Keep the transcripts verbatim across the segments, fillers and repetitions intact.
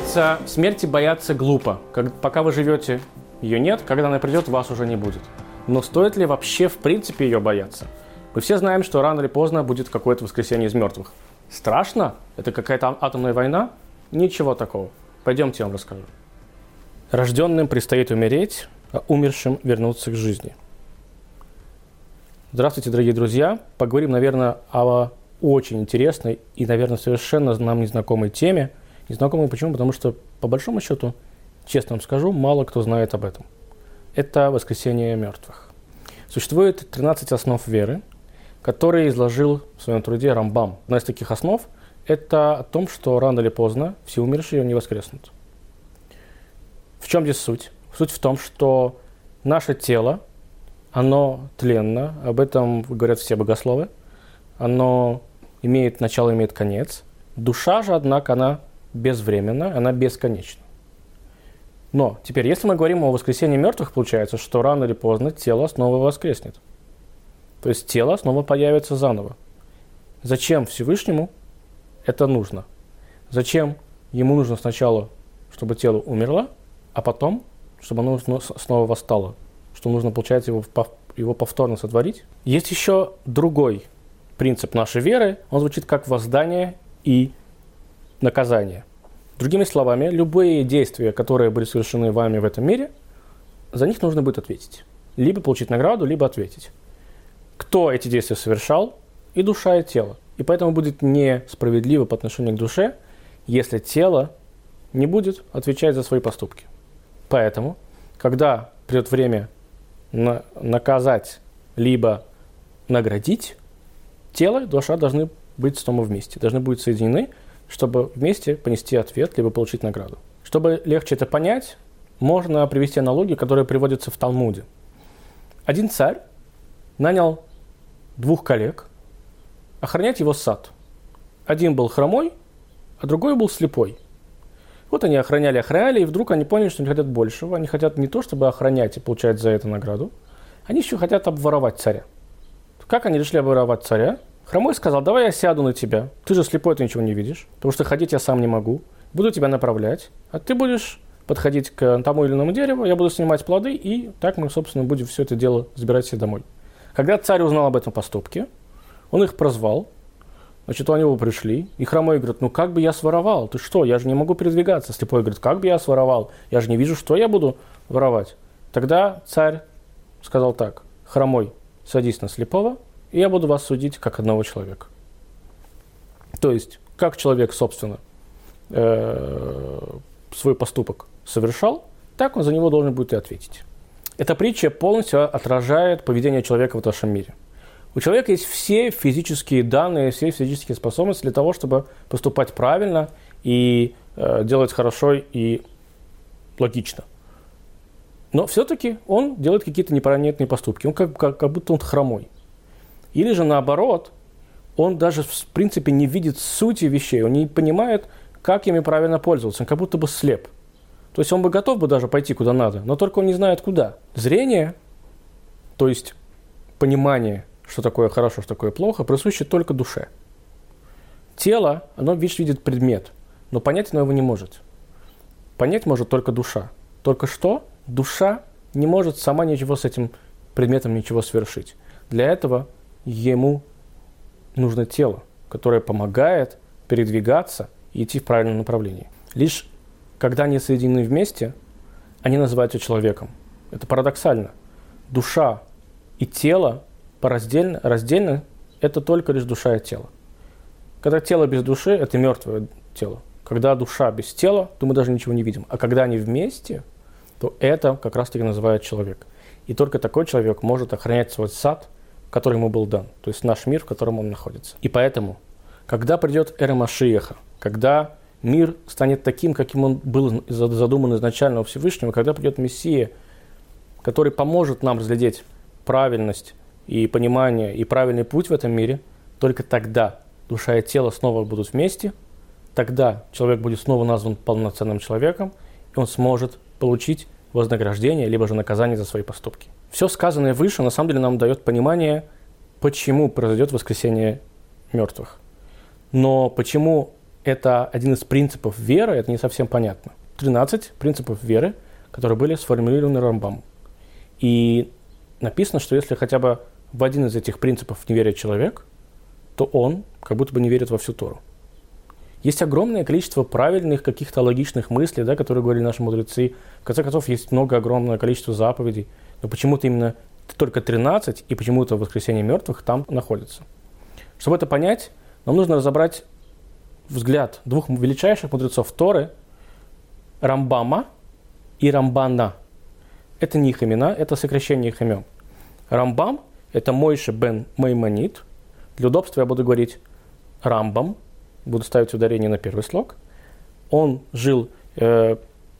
говорится, смерти бояться глупо. Как, пока вы живете, ее нет, когда она придет, вас уже не будет. Но стоит ли вообще в принципе ее бояться? Мы все знаем, что рано или поздно будет какое-то воскресение из мертвых. Страшно? Это какая-то атомная война? Ничего такого. Пойдемте, я вам расскажу. Рожденным предстоит умереть, а умершим вернуться к жизни. Здравствуйте, дорогие друзья. Поговорим, наверное, о очень интересной и, наверное, совершенно нам незнакомой теме. Незнакомой почему? Потому что, по большому счету, честно вам скажу, мало кто знает об этом. Это воскресение мертвых. Существует тринадцать основ веры, которые изложил в своем труде Рамбам. Одна из таких основ – это о том, что рано или поздно все умершие не воскреснут. В чем здесь суть? Суть в том, что наше тело, оно тленно, об этом говорят все богословы, оно имеет начало, имеет конец. Душа же, однако, она безвременна, она бесконечна. Но теперь, если мы говорим о воскресении мертвых, получается, что рано или поздно тело снова воскреснет. То есть тело снова появится заново. Зачем Всевышнему это нужно? Зачем ему нужно сначала, чтобы тело умерло, а потом, чтобы оно снова восстало? Что нужно, получается, его, его повторно сотворить? Есть еще другой принцип нашей веры. Он звучит как воздание и наказание. Другими словами, любые действия, которые были совершены вами в этом мире, за них нужно будет ответить. Либо получить награду, либо ответить. Кто эти действия совершал? И душа, и тело. И поэтому будет несправедливо по отношению к душе, если тело не будет отвечать за свои поступки. Поэтому, когда придет время на- наказать, либо наградить, тело и душа должны быть снова вместе, должны быть соединены, чтобы вместе понести ответ, либо получить награду. Чтобы легче это понять, можно привести аналогию, которая приводится в Талмуде. Один царь нанял двух коллег охранять его сад. Один был хромой, а другой был слепой. Вот они охраняли, охраняли, и вдруг они поняли, что они хотят большего. Они хотят не то, чтобы охранять и получать за это награду, они еще хотят обворовать царя. Как они решили обворовать царя? Хромой сказал: давай я сяду на тебя, ты же слепой, ты ничего не видишь, потому что ходить я сам не могу, буду тебя направлять, а ты будешь подходить к тому или иному дереву, я буду снимать плоды, и так мы, собственно, будем все это дело забирать себе домой. Когда царь узнал об этом поступке, он их прозвал, значит, они его пришли, и хромой говорит: ну как бы я своровал, ты что, я же не могу передвигаться. Слепой говорит: как бы я своровал, я же не вижу, что я буду воровать. Тогда царь сказал так: хромой, садись на слепого, и я буду вас судить как одного человека. То есть, как человек, собственно, э, свой поступок совершал, так он за него должен будет и ответить. Эта притча полностью отражает поведение человека в нашем мире. У человека есть все физические данные, все физические способности для того, чтобы поступать правильно и э, делать хорошо и логично. Но все-таки он делает какие-то непонятные поступки. Он как, как, как будто он хромой. Или же наоборот, он даже в принципе не видит сути вещей, он не понимает, как ими правильно пользоваться, он как будто бы слеп. То есть он бы готов бы даже пойти куда надо, но только он не знает куда. Зрение, то есть понимание, что такое хорошо, что такое плохо, присуще только душе. Тело, оно видит предмет, но понять оно его не может. Понять может только душа. Только что душа не может сама ничего с этим предметом ничего совершить. Для этого ему нужно тело, которое помогает передвигаться и идти в правильном направлении. Лишь когда они соединены вместе, они называются человеком. Это парадоксально. Душа и тело пораздельно, раздельно – это только лишь душа и тело. Когда тело без души – это мертвое тело. Когда душа без тела, то мы даже ничего не видим. А когда они вместе, то это как раз-таки называют человек. И только такой человек может охранять свой сад, который ему был дан, то есть наш мир, в котором он находится. И поэтому, когда придет эра Машиаха, когда мир станет таким, каким он был задуман изначально у Всевышнего, когда придет Мессия, который поможет нам разглядеть правильность и понимание, и правильный путь в этом мире, только тогда душа и тело снова будут вместе, тогда человек будет снова назван полноценным человеком, и он сможет получить вознаграждение, либо же наказание за свои поступки. Все сказанное выше, на самом деле, нам дает понимание, почему произойдет воскресение мертвых. Но почему это один из принципов веры, это не совсем понятно. тринадцать принципов веры, которые были сформулированы Рамбамом. И написано, что если хотя бы в один из этих принципов не верит человек, то он как будто бы не верит во всю Тору. Есть огромное количество правильных каких-то логичных мыслей, да, которые говорили наши мудрецы. В конце концов, есть много, огромное количество заповедей. Но почему-то именно только тринадцать, и почему-то воскресение мертвых там находится. Чтобы это понять, нам нужно разобрать взгляд двух величайших мудрецов Торы, Рамбама и Рамбана. Это не их имена, это сокращение их имен. Рамбам – это Мойше бен Маймонид. Для удобства я буду говорить Рамбам, буду ставить ударение на первый слог. Он жил э,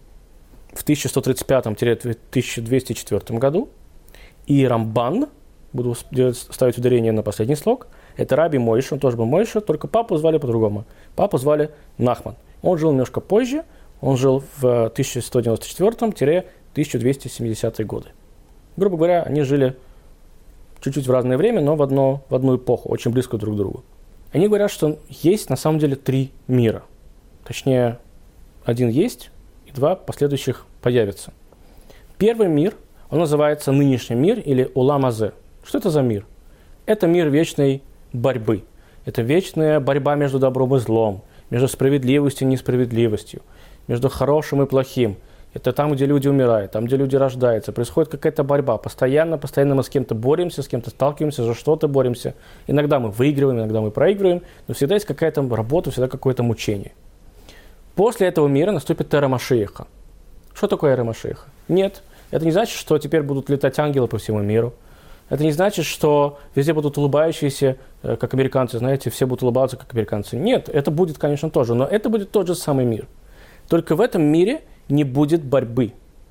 в тысяча сто тридцать пятом — тысяча двести четвёртом году. И Рамбан, буду ставить ударение на последний слог, это Раби Мойше, он тоже был Мойше, только папу звали по-другому. Папу звали Нахман. Он жил немножко позже, он жил в тысяча сто девяносто четвёртом — тысяча двести семидесятые годы. Грубо говоря, они жили чуть-чуть в разное время, но в, одно, в одну эпоху, очень близко друг к другу. Они говорят, что есть на самом деле три мира. Точнее, один есть, и два последующих появятся. Первый мир, он называется нынешний мир или Улам Азе. Что это за мир? Это мир вечной борьбы. Это вечная борьба между добром и злом, между справедливостью и несправедливостью, между хорошим и плохим. Это там, где люди умирают, там, где люди рождаются. Происходит какая-то борьба. Постоянно, постоянно мы с кем-то боремся, с кем-то сталкиваемся, за что-то боремся. Иногда мы выигрываем, иногда мы проигрываем, но всегда есть какая-то работа, всегда какое-то мучение. После этого мира наступит эра Машиаха. Что такое эра Машиаха? Нет, это не значит, что теперь будут летать ангелы по всему миру. Это не значит, что везде будут улыбающиеся, как американцы, знаете, все будут улыбаться, как американцы. Нет, это будет, конечно, тоже, но это будет тот же самый мир. Только в этом мире не будет борьбы.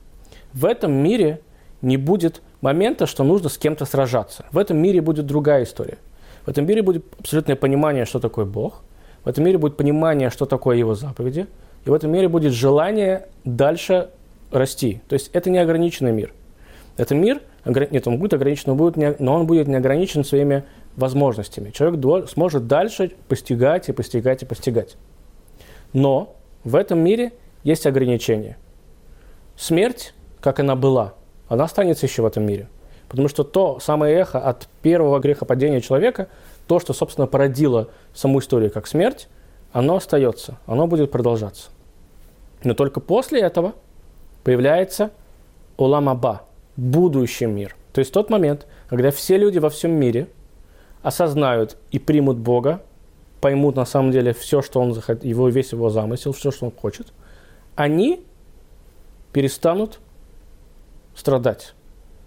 В этом мире не будет момента, что нужно с кем-то сражаться. В этом мире будет другая история. В этом мире будет абсолютное понимание, что такое Бог. В этом мире будет понимание, что такое Его заповеди. И в этом мире будет желание дальше расти. То есть это неограниченный мир. Это мир, нет, он будет ограничен, но, будет не, но он будет не ограничен своими возможностями. Человек до, сможет дальше постигать и постигать и постигать. Но в этом мире есть ограничения. Смерть, как она была, она останется еще в этом мире. Потому что то самое эхо от первого грехопадения человека, то, что, собственно, породило саму историю как смерть, оно остается, оно будет продолжаться. Но только после этого появляется Улам Аба, будущий мир. То есть тот момент, когда все люди во всем мире осознают и примут Бога, поймут на самом деле все, что он захотел, его, весь его замысел, все, что он хочет, они перестанут страдать.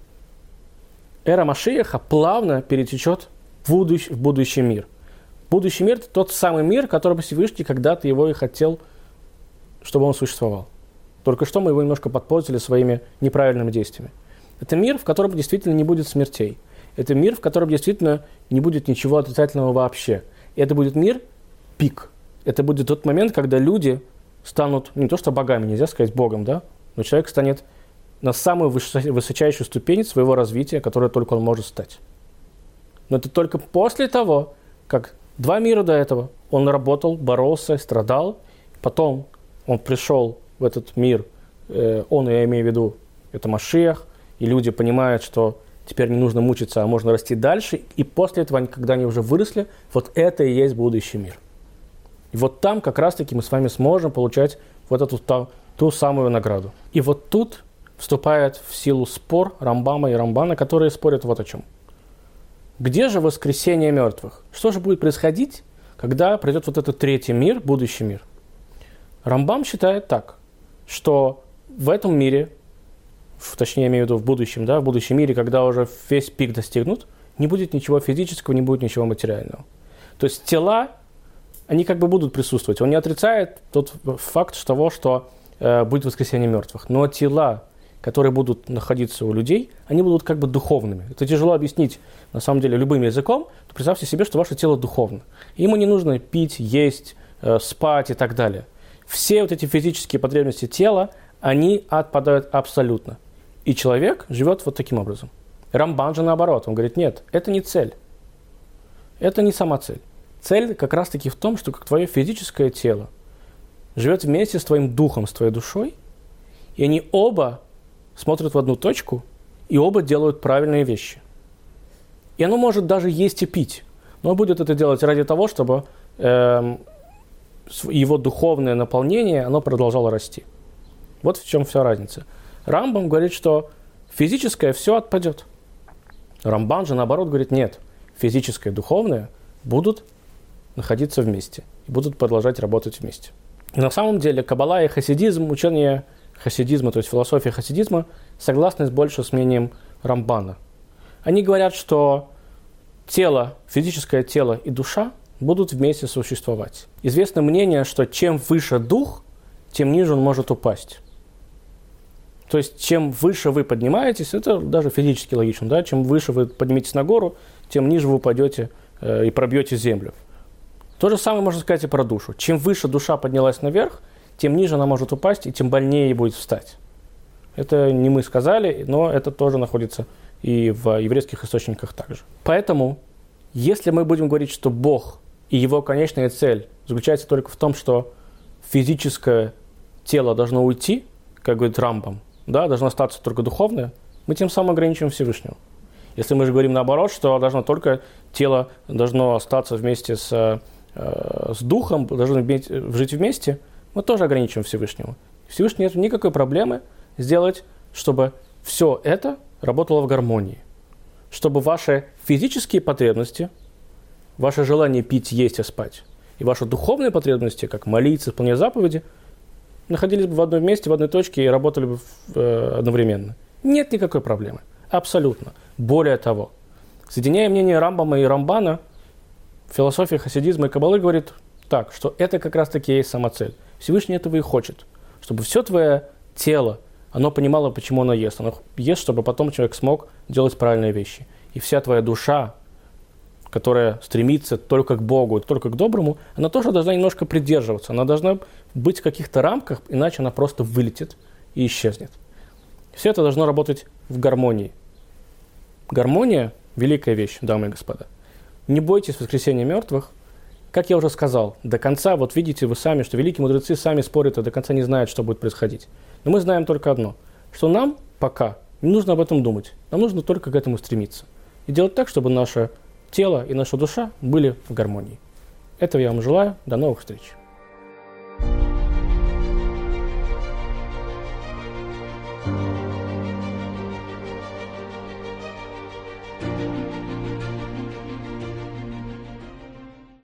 Эра Машиаха плавно перетечет в будущий, в будущий мир. Будущий мир – это тот самый мир, который Всевышний когда-то его и хотел, чтобы он существовал. Только что мы его немножко подпортили своими неправильными действиями. Это мир, в котором действительно не будет смертей. Это мир, в котором действительно не будет ничего отрицательного вообще. И это будет мир пик. Это будет тот момент, когда люди станут не то что богами, нельзя сказать богом, да, но человек станет на самую высочайшую ступень своего развития, которой только он может стать. Но это только после того, как два мира до этого он работал, боролся, страдал, потом он пришел в этот мир, э, он, я имею в виду, это Машиах, и люди понимают, что теперь не нужно мучиться, а можно расти дальше, и после этого, когда они уже выросли, вот это и есть будущий мир. И вот там как раз-таки мы с вами сможем получать вот эту ту, ту самую награду. И вот тут вступает в силу спор Рамбама и Рамбана, которые спорят вот о чем. Где же воскресение мертвых? Что же будет происходить, когда придет вот этот третий мир, будущий мир? Рамбам считает так, что в этом мире, в, точнее, я имею в виду в будущем, да, в будущем мире, когда уже весь пик достигнут, не будет ничего физического, не будет ничего материального. То есть тела, они как бы будут присутствовать. Он не отрицает тот факт того, что э, будет воскресение мертвых. Но тела, которые будут находиться у людей, они будут как бы духовными. Это тяжело объяснить, на самом деле, любым языком. То представьте себе, что ваше тело духовно. Ему не нужно пить, есть, э, спать и так далее. Все вот эти физические потребности тела, они отпадают абсолютно. И человек живет вот таким образом. Рамбан же наоборот. Он говорит, нет, это не цель. Это не сама цель. Цель как раз-таки в том, что как твое физическое тело живет вместе с твоим духом, с твоей душой, и они оба смотрят в одну точку, и оба делают правильные вещи. И оно может даже есть и пить, но будет это делать ради того, чтобы э, его духовное наполнение, оно продолжало расти. Вот в чем вся разница. Рамбам говорит, что физическое все отпадет. Рамбан же, наоборот, говорит, нет, физическое и духовное будут находиться вместе и будут продолжать работать вместе. На самом деле каббала и хасидизм, учение хасидизма, то есть философия хасидизма, согласны больше с мнением Рамбана. Они говорят, что тело, физическое тело и душа будут вместе существовать. Известно мнение, что чем выше дух, тем ниже он может упасть. То есть, чем выше вы поднимаетесь, это даже физически логично, да? Чем выше вы подниметесь на гору, тем ниже вы упадете э, и пробьете землю. То же самое можно сказать и про душу. Чем выше душа поднялась наверх, тем ниже она может упасть, и тем больнее ей будет встать. Это не мы сказали, но это тоже находится и в еврейских источниках также. Поэтому, если мы будем говорить, что Бог и его конечная цель заключается только в том, что физическое тело должно уйти, как говорит Рамбам, да, должно остаться только духовное, мы тем самым ограничиваем Всевышнего. Если мы же говорим наоборот, что должно только тело должно остаться вместе с, э, с духом, должно иметь, жить вместе, мы тоже ограничиваем Всевышнего. Всевышнему нет никакой проблемы сделать, чтобы все это работало в гармонии. Чтобы ваши физические потребности, ваше желание пить, есть и спать, и ваши духовные потребности, как молиться, исполнять заповеди, находились бы в одном месте, в одной точке и работали бы э, одновременно. Нет никакой проблемы. Абсолютно. Более того, соединяя мнение Рамбама и Рамбана, философия хасидизма и каббалы говорит так, что это как раз-таки есть сама цель. Всевышний этого и хочет. Чтобы все твое тело, оно понимало, почему оно ест. Оно ест, чтобы потом человек смог делать правильные вещи. И вся твоя душа, которая стремится только к Богу, только к доброму, она тоже должна немножко придерживаться. Она должна быть в каких-то рамках, иначе она просто вылетит и исчезнет. Все это должно работать в гармонии. Гармония – великая вещь, дамы и господа. Не бойтесь воскресения мертвых. Как я уже сказал, до конца, вот видите вы сами, что великие мудрецы сами спорят и до конца не знают, что будет происходить. Но мы знаем только одно, что нам пока не нужно об этом думать. Нам нужно только к этому стремиться. И делать так, чтобы наше тело и наша душа были в гармонии. Этого я вам желаю. До новых встреч.